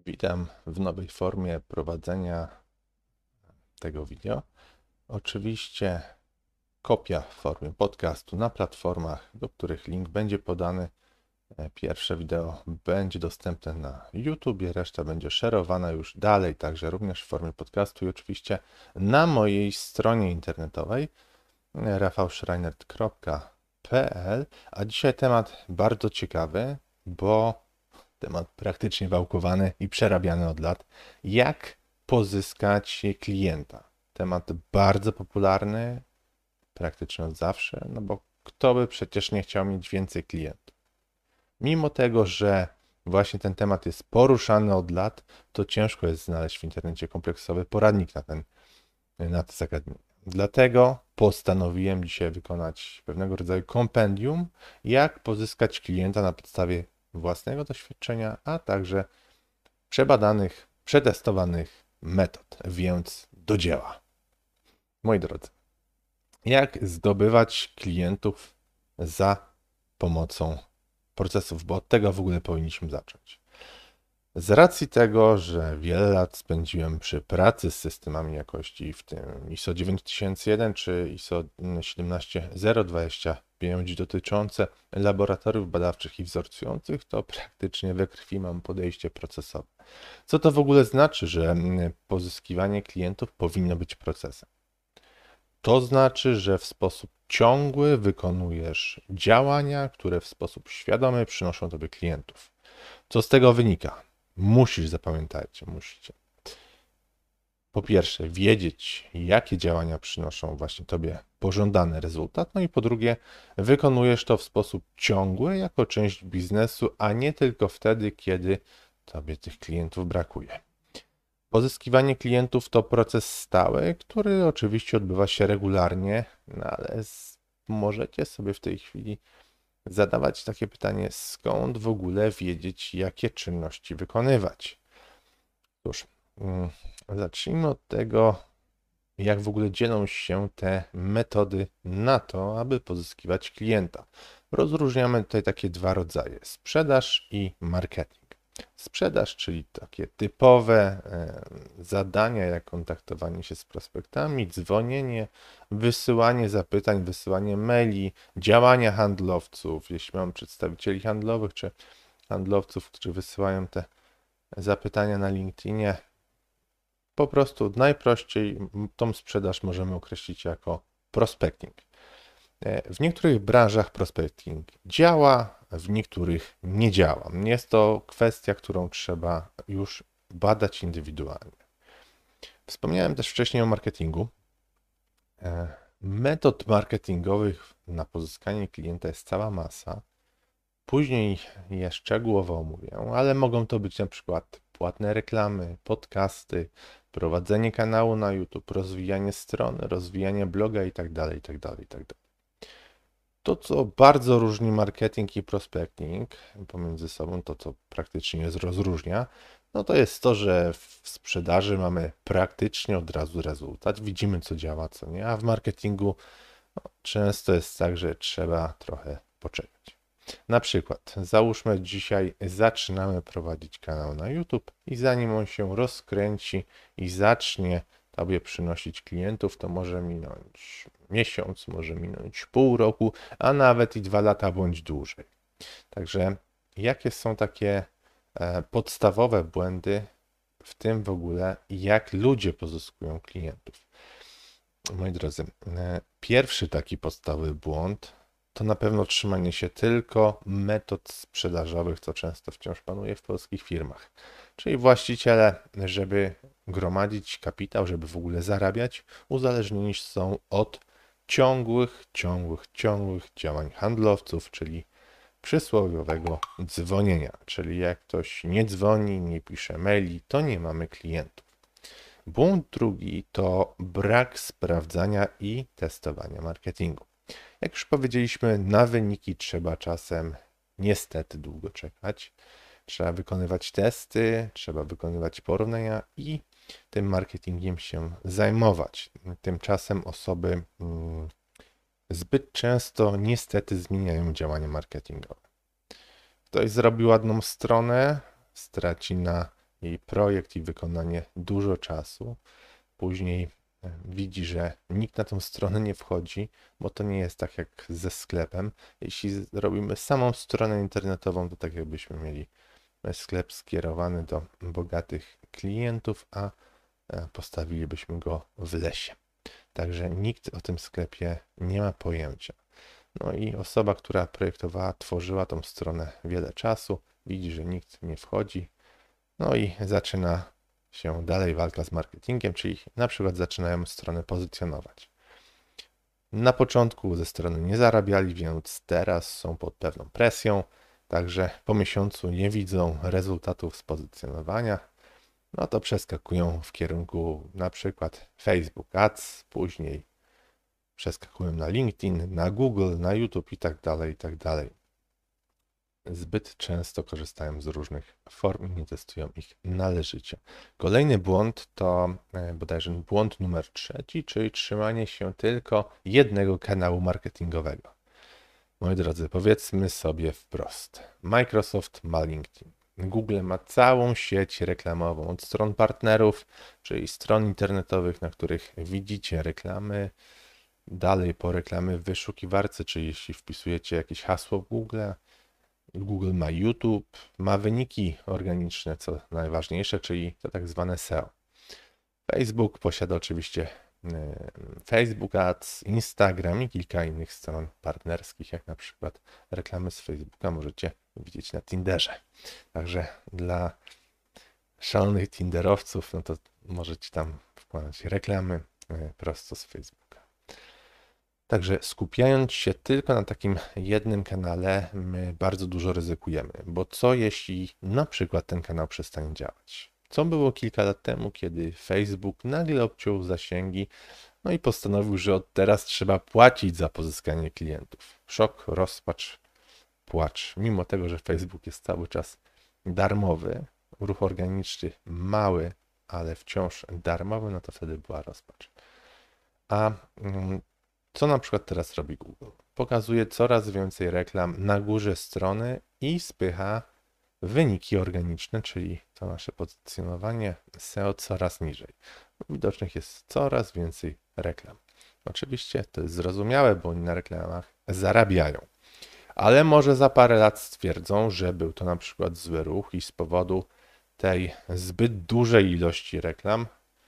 Witam w nowej formie prowadzenia tego wideo. Oczywiście kopia w formie podcastu na platformach, do których link będzie podany. Pierwsze wideo będzie dostępne na YouTube, reszta będzie szerowana już dalej, także również w formie podcastu i oczywiście na mojej stronie internetowej rafałschreiner.pl. A dzisiaj temat bardzo ciekawy, bo temat praktycznie wałkowany i przerabiany od lat. Jak pozyskać klienta? Temat bardzo popularny, praktycznie od zawsze, no bo kto by przecież nie chciał mieć więcej klientów? Mimo tego, że właśnie ten temat jest poruszany od lat, to ciężko jest znaleźć w internecie kompleksowy poradnik na te zagadnienia. Dlatego postanowiłem dzisiaj wykonać pewnego rodzaju kompendium, jak pozyskać klienta na podstawie własnego doświadczenia, a także przebadanych, przetestowanych metod, więc do dzieła. Moi drodzy, jak zdobywać klientów za pomocą procesów, bo od tego w ogóle powinniśmy zacząć. Z racji tego, że wiele lat spędziłem przy pracy z systemami jakości, w tym ISO 9001 czy ISO 17025 dotyczące laboratoriów badawczych i wzorcujących, to praktycznie we krwi mam podejście procesowe. Co to w ogóle znaczy, że pozyskiwanie klientów powinno być procesem? To znaczy, że w sposób ciągły wykonujesz działania, które w sposób świadomy przynoszą tobie klientów. Co z tego wynika? Musisz, zapamiętajcie, musicie. Po pierwsze, wiedzieć, jakie działania przynoszą właśnie tobie pożądany rezultat, no i po drugie, wykonujesz to w sposób ciągły, jako część biznesu, a nie tylko wtedy, kiedy tobie tych klientów brakuje. Pozyskiwanie klientów to proces stały, który oczywiście odbywa się regularnie, no ale możecie sobie w tej chwili zadawać takie pytanie, skąd w ogóle wiedzieć, jakie czynności wykonywać. Cóż, zacznijmy od tego, jak w ogóle dzielą się te metody na to, aby pozyskiwać klienta. Rozróżniamy tutaj takie dwa rodzaje: sprzedaż i marketing. Sprzedaż, czyli takie typowe zadania, jak kontaktowanie się z prospektami, dzwonienie, wysyłanie zapytań, wysyłanie maili, działania handlowców, jeśli mam przedstawicieli handlowych czy handlowców, którzy wysyłają te zapytania na LinkedInie. Po prostu najprościej tą sprzedaż możemy określić jako prospecting. W niektórych branżach prospecting działa, w niektórych nie działa. Jest to kwestia, którą trzeba już badać indywidualnie. Wspomniałem też wcześniej o marketingu. Metod marketingowych na pozyskanie klienta jest cała masa. Później je szczegółowo omówię, ale mogą to być na przykład płatne reklamy, podcasty, prowadzenie kanału na YouTube, rozwijanie strony, rozwijanie bloga itd., itd., itd. To, co bardzo różni marketing i prospecting pomiędzy sobą, to co praktycznie je rozróżnia, no to jest to, że w sprzedaży mamy praktycznie od razu rezultat, widzimy co działa, co nie, a w marketingu często jest tak, że trzeba trochę poczekać. Na przykład, załóżmy dzisiaj zaczynamy prowadzić kanał na YouTube i zanim on się rozkręci i zacznie tobie przynosić klientów, to może minąć miesiąc, może minąć pół roku, a nawet i 2 lata bądź dłużej. Także jakie są takie podstawowe błędy w tym w ogóle, jak ludzie pozyskują klientów? Moi drodzy, pierwszy taki podstawowy błąd to na pewno trzymanie się tylko metod sprzedażowych, co często wciąż panuje w polskich firmach. Czyli właściciele, żeby gromadzić kapitał, żeby w ogóle zarabiać, uzależnieni są od ciągłych działań handlowców, czyli przysłowiowego dzwonienia. Czyli jak ktoś nie dzwoni, nie pisze maili, to nie mamy klientów. Błąd drugi to brak sprawdzania i testowania marketingu. Jak już powiedzieliśmy, na wyniki trzeba czasem niestety długo czekać. Trzeba wykonywać testy, trzeba wykonywać porównania i tym marketingiem się zajmować. Tymczasem osoby zbyt często niestety zmieniają działanie marketingowe. Ktoś zrobi ładną stronę, straci na jej projekt i wykonanie dużo czasu. Później widzi, że nikt na tą stronę nie wchodzi, bo to nie jest tak jak ze sklepem. Jeśli zrobimy samą stronę internetową, to tak jakbyśmy mieli sklep skierowany do bogatych klientów, a postawilibyśmy go w lesie. Także nikt o tym sklepie nie ma pojęcia. No i osoba, która projektowała, tworzyła tą stronę wiele czasu, widzi, że nikt nie wchodzi, no i zaczyna się dalej walka z marketingiem, czyli na przykład zaczynają stronę pozycjonować. Na początku ze strony nie zarabiali, więc teraz są pod pewną presją, także po miesiącu nie widzą rezultatów z pozycjonowania, no to przeskakują w kierunku na przykład Facebook Ads, później przeskakują na LinkedIn, na Google, na YouTube i tak dalej, i tak dalej. Zbyt często korzystają z różnych form i nie testują ich należycie. Kolejny błąd to bodajże błąd numer 3, czyli trzymanie się tylko jednego kanału marketingowego. Moi drodzy, powiedzmy sobie wprost. Microsoft ma LinkedIn. Google ma całą sieć reklamową od stron partnerów, czyli stron internetowych, na których widzicie reklamy. Dalej po reklamy w wyszukiwarce, czyli jeśli wpisujecie jakieś hasło w Google. Google ma YouTube, ma wyniki organiczne, co najważniejsze, czyli to tak zwane SEO. Facebook posiada oczywiście Facebook Ads, Instagram i kilka innych stron partnerskich, jak na przykład reklamy z Facebooka możecie widzieć na Tinderze. Także dla szalonych tinderowców, no to możecie tam wkładać reklamy prosto z Facebooka. Także skupiając się tylko na takim jednym kanale, my bardzo dużo ryzykujemy, bo co jeśli na przykład ten kanał przestanie działać? Co było kilka lat temu, kiedy Facebook nagle obciął zasięgi, no i postanowił, że od teraz trzeba płacić za pozyskanie klientów. Szok, rozpacz, płacz. Mimo tego, że Facebook jest cały czas darmowy, ruch organiczny mały, ale wciąż darmowy, no to wtedy była rozpacz. A co na przykład teraz robi Google? Pokazuje coraz więcej reklam na górze strony i spycha wyniki organiczne, czyli to nasze pozycjonowanie SEO coraz niżej. Widocznych jest coraz więcej reklam. Oczywiście to jest zrozumiałe, bo oni na reklamach zarabiają. Ale może za parę lat stwierdzą, że był to na przykład zły ruch i z powodu tej zbyt dużej ilości reklam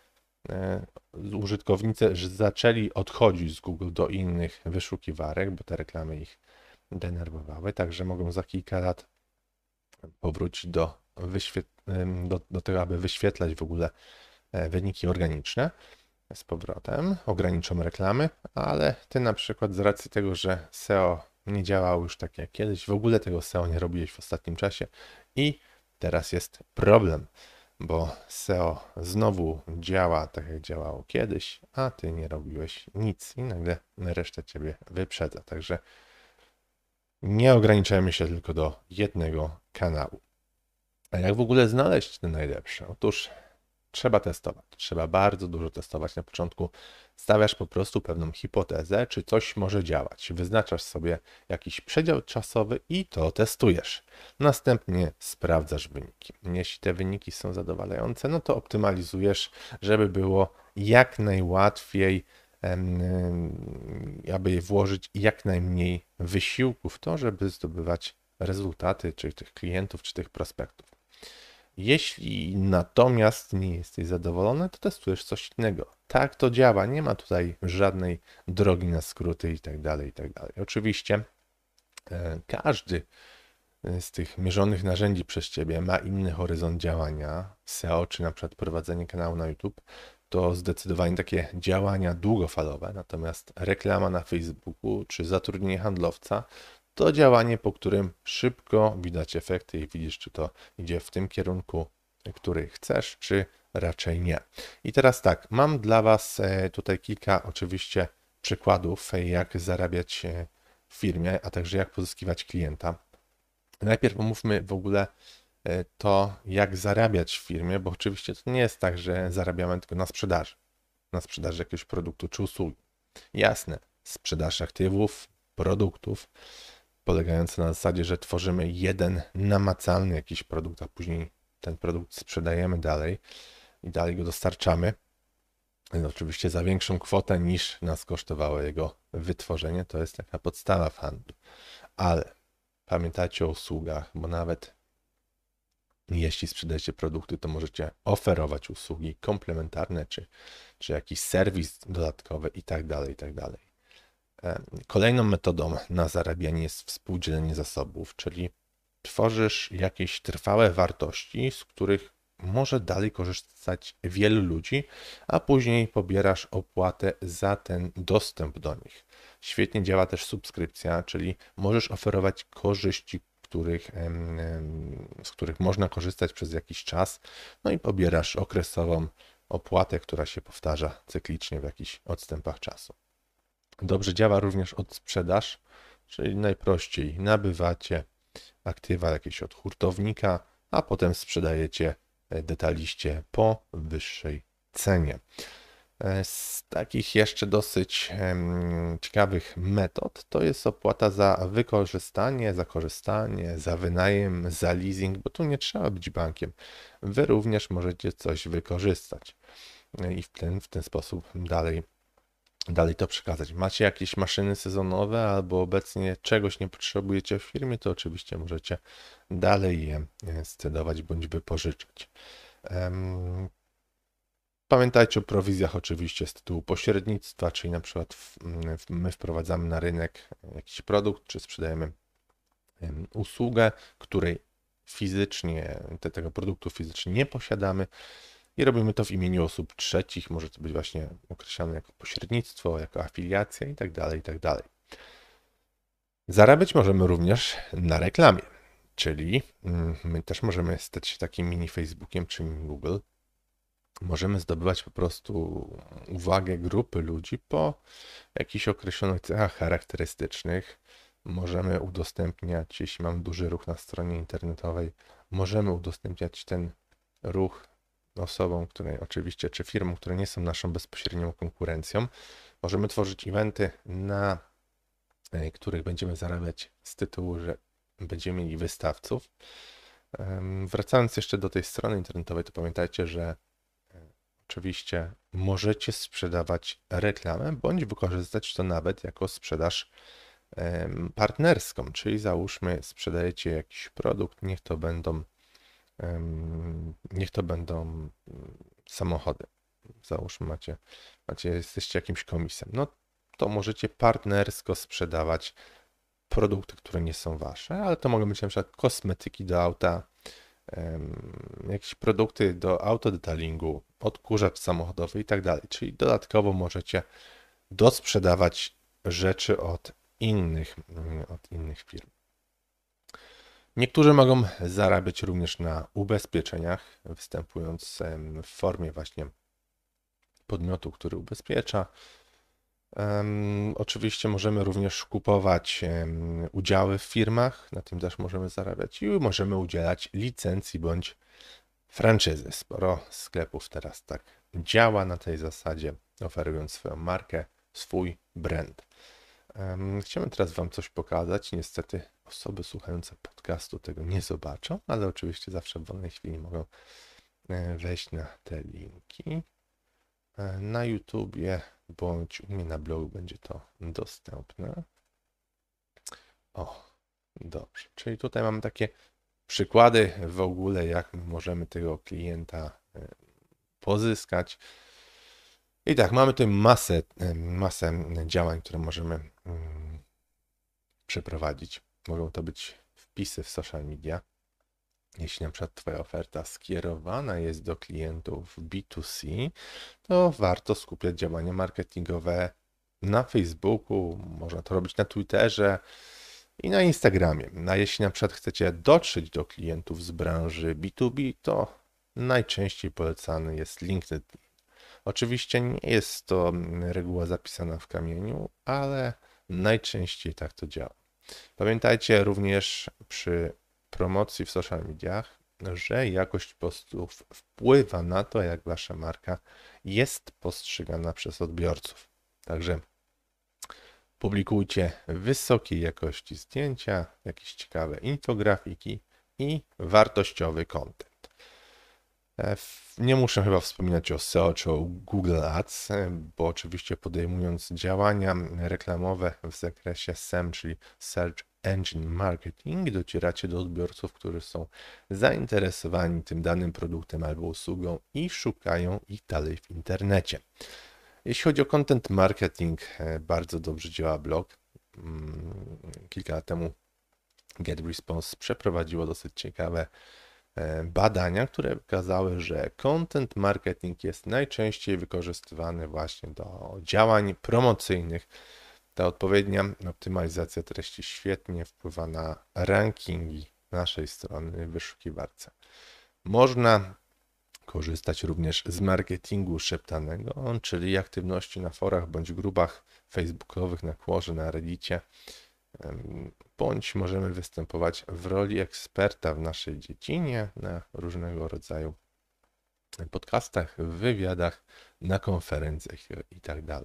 użytkownicy zaczęli odchodzić z Google do innych wyszukiwarek, bo te reklamy ich denerwowały, także mogą za kilka lat powrócić do tego, aby wyświetlać w ogóle wyniki organiczne z powrotem, ograniczą reklamy, ale ty na przykład z racji tego, że SEO nie działało już tak jak kiedyś, w ogóle tego SEO nie robiłeś w ostatnim czasie i teraz jest problem, bo SEO znowu działa tak jak działało kiedyś, a ty nie robiłeś nic i nagle reszta ciebie wyprzedza. Także nie ograniczajmy się tylko do jednego kanału. A jak w ogóle znaleźć ten najlepszy? Otóż trzeba testować. Trzeba bardzo dużo testować. Na początku stawiasz po prostu pewną hipotezę, czy coś może działać. Wyznaczasz sobie jakiś przedział czasowy i to testujesz. Następnie sprawdzasz wyniki. Jeśli te wyniki są zadowalające, no to optymalizujesz, żeby było jak najłatwiej, aby włożyć jak najmniej wysiłku w to, żeby zdobywać rezultaty, czy tych klientów, czy tych prospektów. Jeśli natomiast nie jesteś zadowolony, to testujesz coś innego. Tak to działa, nie ma tutaj żadnej drogi na skróty i tak dalej, i tak dalej. Oczywiście każdy z tych mierzonych narzędzi przez Ciebie ma inny horyzont działania. SEO, czy na przykład prowadzenie kanału na YouTube, to zdecydowanie takie działania długofalowe, natomiast reklama na Facebooku, czy zatrudnienie handlowca, to działanie, po którym szybko widać efekty i widzisz, czy to idzie w tym kierunku, który chcesz, czy raczej nie. I teraz tak, mam dla Was tutaj kilka oczywiście przykładów, jak zarabiać w firmie, a także jak pozyskiwać klienta. Najpierw omówmy w ogóle to, jak zarabiać w firmie, bo oczywiście to nie jest tak, że zarabiamy tylko na sprzedaży jakiegoś produktu czy usługi. Jasne, sprzedaż aktywów, produktów, polegające na zasadzie, że tworzymy jeden namacalny jakiś produkt, a później ten produkt sprzedajemy dalej i dalej go dostarczamy. Oczywiście za większą kwotę niż nas kosztowało jego wytworzenie. To jest taka podstawa w handlu. Ale pamiętajcie o usługach, bo nawet jeśli sprzedajecie produkty, to możecie oferować usługi komplementarne, czy jakiś serwis dodatkowy i tak dalej, i tak dalej. Kolejną metodą na zarabianie jest współdzielenie zasobów, czyli tworzysz jakieś trwałe wartości, z których może dalej korzystać wielu ludzi, a później pobierasz opłatę za ten dostęp do nich. Świetnie działa też subskrypcja, czyli możesz oferować korzyści, z których można korzystać przez jakiś czas, no i pobierasz okresową opłatę, która się powtarza cyklicznie w jakichś odstępach czasu. Dobrze działa również odsprzedaż, czyli najprościej nabywacie aktywa jakieś od hurtownika, a potem sprzedajecie detaliście po wyższej cenie. Z takich jeszcze dosyć ciekawych metod to jest opłata za wykorzystanie, za korzystanie, za wynajem, za leasing, bo tu nie trzeba być bankiem. Wy również możecie coś wykorzystać i w ten sposób dalej to przekazać. Macie jakieś maszyny sezonowe albo obecnie czegoś nie potrzebujecie w firmie, to oczywiście możecie dalej je scedować bądź wypożyczać. Pamiętajcie o prowizjach oczywiście z tytułu pośrednictwa, czyli na przykład my wprowadzamy na rynek jakiś produkt, czy sprzedajemy usługę, której fizycznie, tego produktu fizycznie nie posiadamy i robimy to w imieniu osób trzecich. Może to być właśnie określane jako pośrednictwo, jako afiliacja i tak dalej, i tak dalej. Zarabiać możemy również na reklamie, czyli my też możemy stać się takim mini Facebookiem czy mini Google. Możemy zdobywać po prostu uwagę grupy ludzi po jakichś określonych cechach charakterystycznych. Możemy udostępniać, jeśli mamy duży ruch na stronie internetowej, możemy udostępniać ten ruch osobom, które oczywiście, czy firmom, które nie są naszą bezpośrednią konkurencją. Możemy tworzyć eventy, na których będziemy zarabiać z tytułu, że będziemy mieli wystawców. Wracając jeszcze do tej strony internetowej, to pamiętajcie, że oczywiście możecie sprzedawać reklamę, bądź wykorzystać to nawet jako sprzedaż partnerską, czyli załóżmy, sprzedajecie jakiś produkt, niech to będą samochody. Załóżmy, jesteście jakimś komisem. No to możecie partnersko sprzedawać produkty, które nie są wasze, ale to mogą być na przykład kosmetyki do auta, jakieś produkty do autodetalingu, odkurzacz samochodowy i tak dalej. Czyli dodatkowo możecie dosprzedawać rzeczy od innych firm. Niektórzy mogą zarabiać również na ubezpieczeniach, występując w formie właśnie podmiotu, który ubezpiecza. Oczywiście możemy również kupować udziały w firmach, na tym też możemy zarabiać i możemy udzielać licencji bądź franczyzy. Sporo sklepów teraz tak działa na tej zasadzie, oferując swoją markę, swój brand. Chciałbym teraz Wam coś pokazać. Niestety osoby słuchające podcastu tego nie zobaczą, ale oczywiście zawsze w wolnej chwili mogą wejść na te linki. Na YouTubie bądź u mnie na blogu będzie to dostępne. O, dobrze. Czyli tutaj mamy takie przykłady w ogóle, jak możemy tego klienta pozyskać. I tak, mamy tutaj masę działań, które możemy przeprowadzić. Mogą to być wpisy w social media. Jeśli na przykład Twoja oferta skierowana jest do klientów B2C, to warto skupiać działania marketingowe na Facebooku, można to robić na Twitterze i na Instagramie. A jeśli na przykład chcecie dotrzeć do klientów z branży B2B, to najczęściej polecany jest LinkedIn. Oczywiście nie jest to reguła zapisana w kamieniu, ale najczęściej tak to działa. Pamiętajcie również przy promocji w social mediach, że jakość postów wpływa na to, jak Wasza marka jest postrzegana przez odbiorców. Także publikujcie wysokiej jakości zdjęcia, jakieś ciekawe infografiki i wartościowy content. Nie muszę chyba wspominać o SEO czy o Google Ads, bo oczywiście podejmując działania reklamowe w zakresie SEM, czyli Search Engine Marketing, docieracie do odbiorców, którzy są zainteresowani tym danym produktem albo usługą i szukają ich dalej w internecie. Jeśli chodzi o content marketing, bardzo dobrze działa blog. Kilka lat temu GetResponse przeprowadziło dosyć ciekawe badania, które wykazały, że content marketing jest najczęściej wykorzystywany właśnie do działań promocyjnych. Ta odpowiednia optymalizacja treści świetnie wpływa na rankingi naszej strony w wyszukiwarce. Można korzystać również z marketingu szeptanego, czyli aktywności na forach bądź grupach facebookowych, na Quorze, na Reddicie, bądź możemy występować w roli eksperta w naszej dziedzinie na różnego rodzaju podcastach, wywiadach, na konferencjach itd.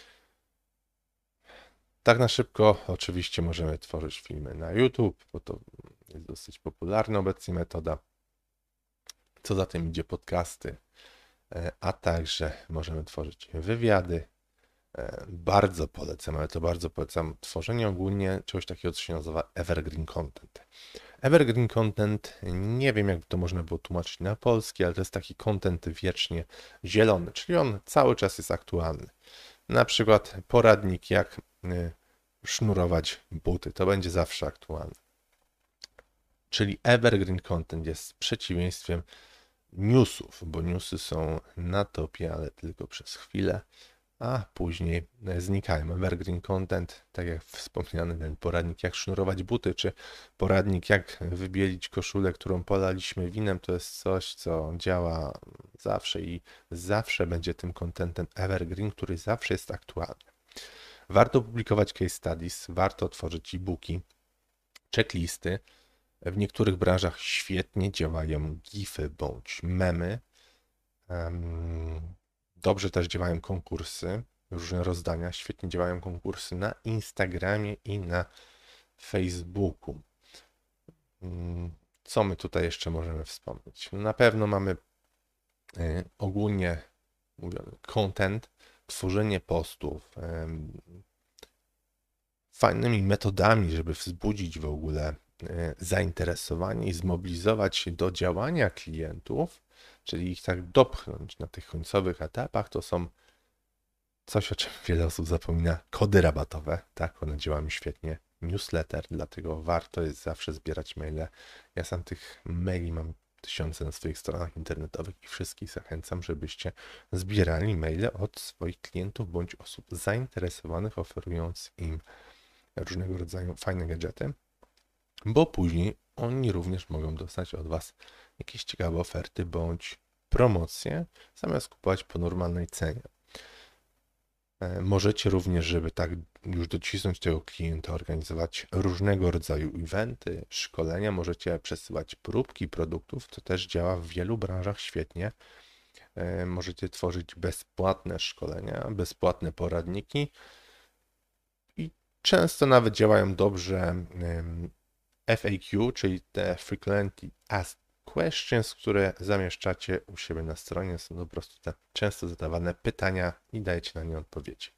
Tak na szybko oczywiście możemy tworzyć filmy na YouTube, bo to jest dosyć popularna obecnie metoda. Co za tym idzie, podcasty, a także możemy tworzyć wywiady. Bardzo polecam, ale to bardzo polecam tworzenie ogólnie czegoś takiego, co się nazywa evergreen content. Evergreen content, nie wiem jak to można było tłumaczyć na polski, ale to jest taki content wiecznie zielony, czyli on cały czas jest aktualny. Na przykład poradnik jak sznurować buty, to będzie zawsze aktualne. Czyli evergreen content jest przeciwieństwem newsów, bo newsy są na topie, ale tylko przez chwilę, a później znikają. Evergreen content, tak jak wspomniany ten poradnik jak sznurować buty, czy poradnik jak wybielić koszulę, którą polaliśmy winem, to jest coś, co działa zawsze i zawsze będzie tym contentem evergreen, który zawsze jest aktualny. Warto publikować case studies, warto tworzyć e-booki, checklisty. W niektórych branżach świetnie działają gify bądź memy. Dobrze też działają konkursy, różne rozdania, świetnie działają konkursy na Instagramie i na Facebooku. Co my tutaj jeszcze możemy wspomnieć? Na pewno mamy ogólnie mówiąc content, tworzenie postów, fajnymi metodami, żeby wzbudzić w ogóle zainteresowanie i zmobilizować się do działania klientów, czyli ich tak dopchnąć na tych końcowych etapach, to są coś, o czym wiele osób zapomina, kody rabatowe, tak, one działają świetnie, newsletter, dlatego warto jest zawsze zbierać maile. Ja sam tych maili mam tysiące na swoich stronach internetowych i wszystkich zachęcam, żebyście zbierali maile od swoich klientów bądź osób zainteresowanych, oferując im różnego rodzaju fajne gadżety, bo później oni również mogą dostać od Was jakieś ciekawe oferty bądź promocje, zamiast kupować po normalnej cenie. Możecie również, żeby tak już docisnąć tego klienta, organizować różnego rodzaju eventy, szkolenia, możecie przesyłać próbki produktów, to też działa w wielu branżach świetnie. Możecie tworzyć bezpłatne szkolenia, bezpłatne poradniki i często nawet działają dobrze FAQ, czyli te Frequently Asked Questions, które zamieszczacie u siebie na stronie. Są po prostu te często zadawane pytania i dajecie na nie odpowiedzi.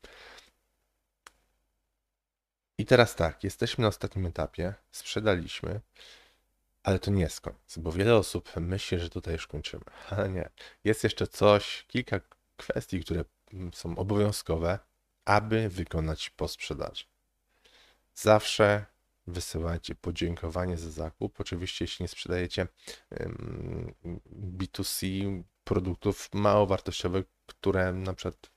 I teraz tak, jesteśmy na ostatnim etapie, sprzedaliśmy, ale to nie jest koniec, bo wiele osób myśli, że tutaj już kończymy, ale nie. Jest jeszcze coś, kilka kwestii, które są obowiązkowe, aby wykonać po sprzedaży. Zawsze wysyłajcie podziękowanie za zakup. Oczywiście, jeśli nie sprzedajecie B2C produktów mało wartościowych, które na przykład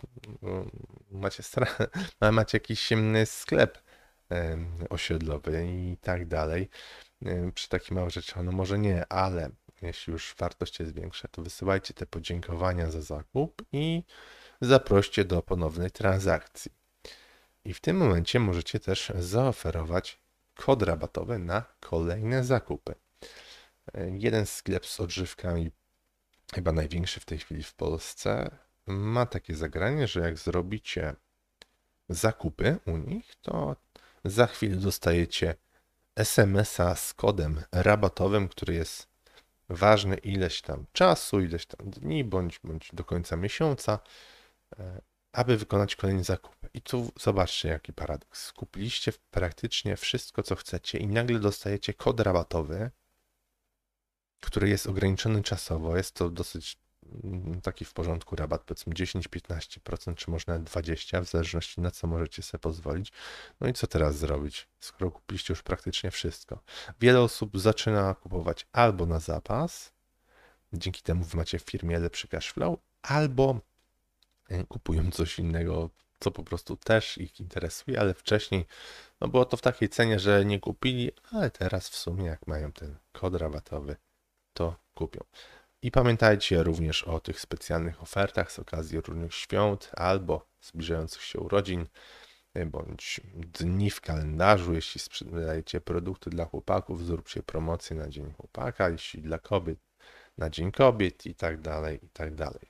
macie jakiś sklep osiedlowy i tak dalej. Przy takich małych rzeczach, no może nie, ale jeśli już wartość jest większa, to wysyłajcie te podziękowania za zakup i zaproście do ponownej transakcji. I w tym momencie możecie też zaoferować kod rabatowy na kolejne zakupy. Jeden sklep z odżywkami, chyba największy w tej chwili w Polsce, ma takie zagranie, że jak zrobicie zakupy u nich, to za chwilę dostajecie SMS-a z kodem rabatowym, który jest ważne ileś tam czasu, ileś tam dni, bądź do końca miesiąca, aby wykonać kolejny zakup. I tu zobaczcie, jaki paradoks. Skupiliście praktycznie wszystko, co chcecie i nagle dostajecie kod rabatowy, który jest ograniczony czasowo. Jest to dosyć taki w porządku rabat, powiedzmy 10-15%, czy może nawet 20%, w zależności na co możecie sobie pozwolić. No i co teraz zrobić, skoro kupiliście już praktycznie wszystko? Wiele osób zaczyna kupować albo na zapas, dzięki temu wy macie w firmie lepszy cash flow, albo kupują coś innego, co po prostu też ich interesuje, ale wcześniej no było to w takiej cenie, że nie kupili, ale teraz w sumie jak mają ten kod rabatowy, to kupią. I pamiętajcie również o tych specjalnych ofertach z okazji różnych świąt albo zbliżających się urodzin, bądź dni w kalendarzu. Jeśli sprzedajecie produkty dla chłopaków, zróbcie promocję na Dzień Chłopaka, jeśli dla kobiet na Dzień Kobiet i tak dalej, i tak dalej.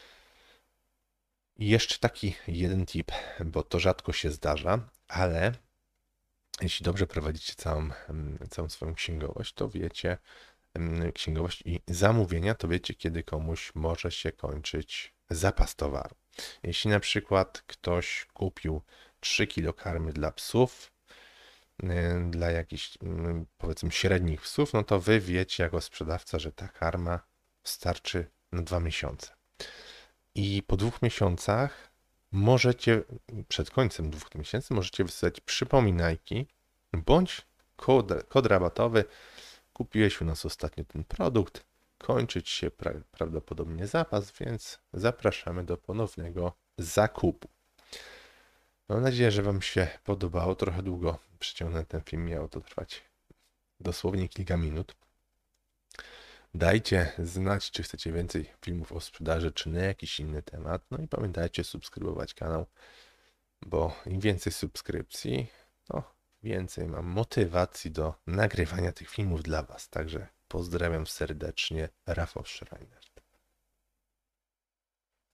I jeszcze taki jeden tip, bo to rzadko się zdarza, ale jeśli dobrze prowadzicie całą swoją księgowość, to wiecie, księgowość i zamówienia, to wiecie, kiedy komuś może się kończyć zapas towaru. Jeśli na przykład ktoś kupił 3 kg karmy dla psów, dla jakichś powiedzmy średnich psów, no to wy wiecie jako sprzedawca, że ta karma starczy na 2 miesiące. I po 2 miesiącach możecie, przed końcem 2 miesięcy możecie wysyłać przypominajki bądź kod rabatowy. Kupiłeś u nas ostatnio ten produkt, kończyć się prawdopodobnie zapas, więc zapraszamy do ponownego zakupu. Mam nadzieję, że Wam się podobało. Trochę długo przyciągnę ten film, miało to trwać dosłownie kilka minut. Dajcie znać, czy chcecie więcej filmów o sprzedaży, czy na jakiś inny temat. No i pamiętajcie subskrybować kanał, bo im więcej subskrypcji, to więcej mam motywacji do nagrywania tych filmów dla Was. Także pozdrawiam serdecznie, Rafał Schreiner.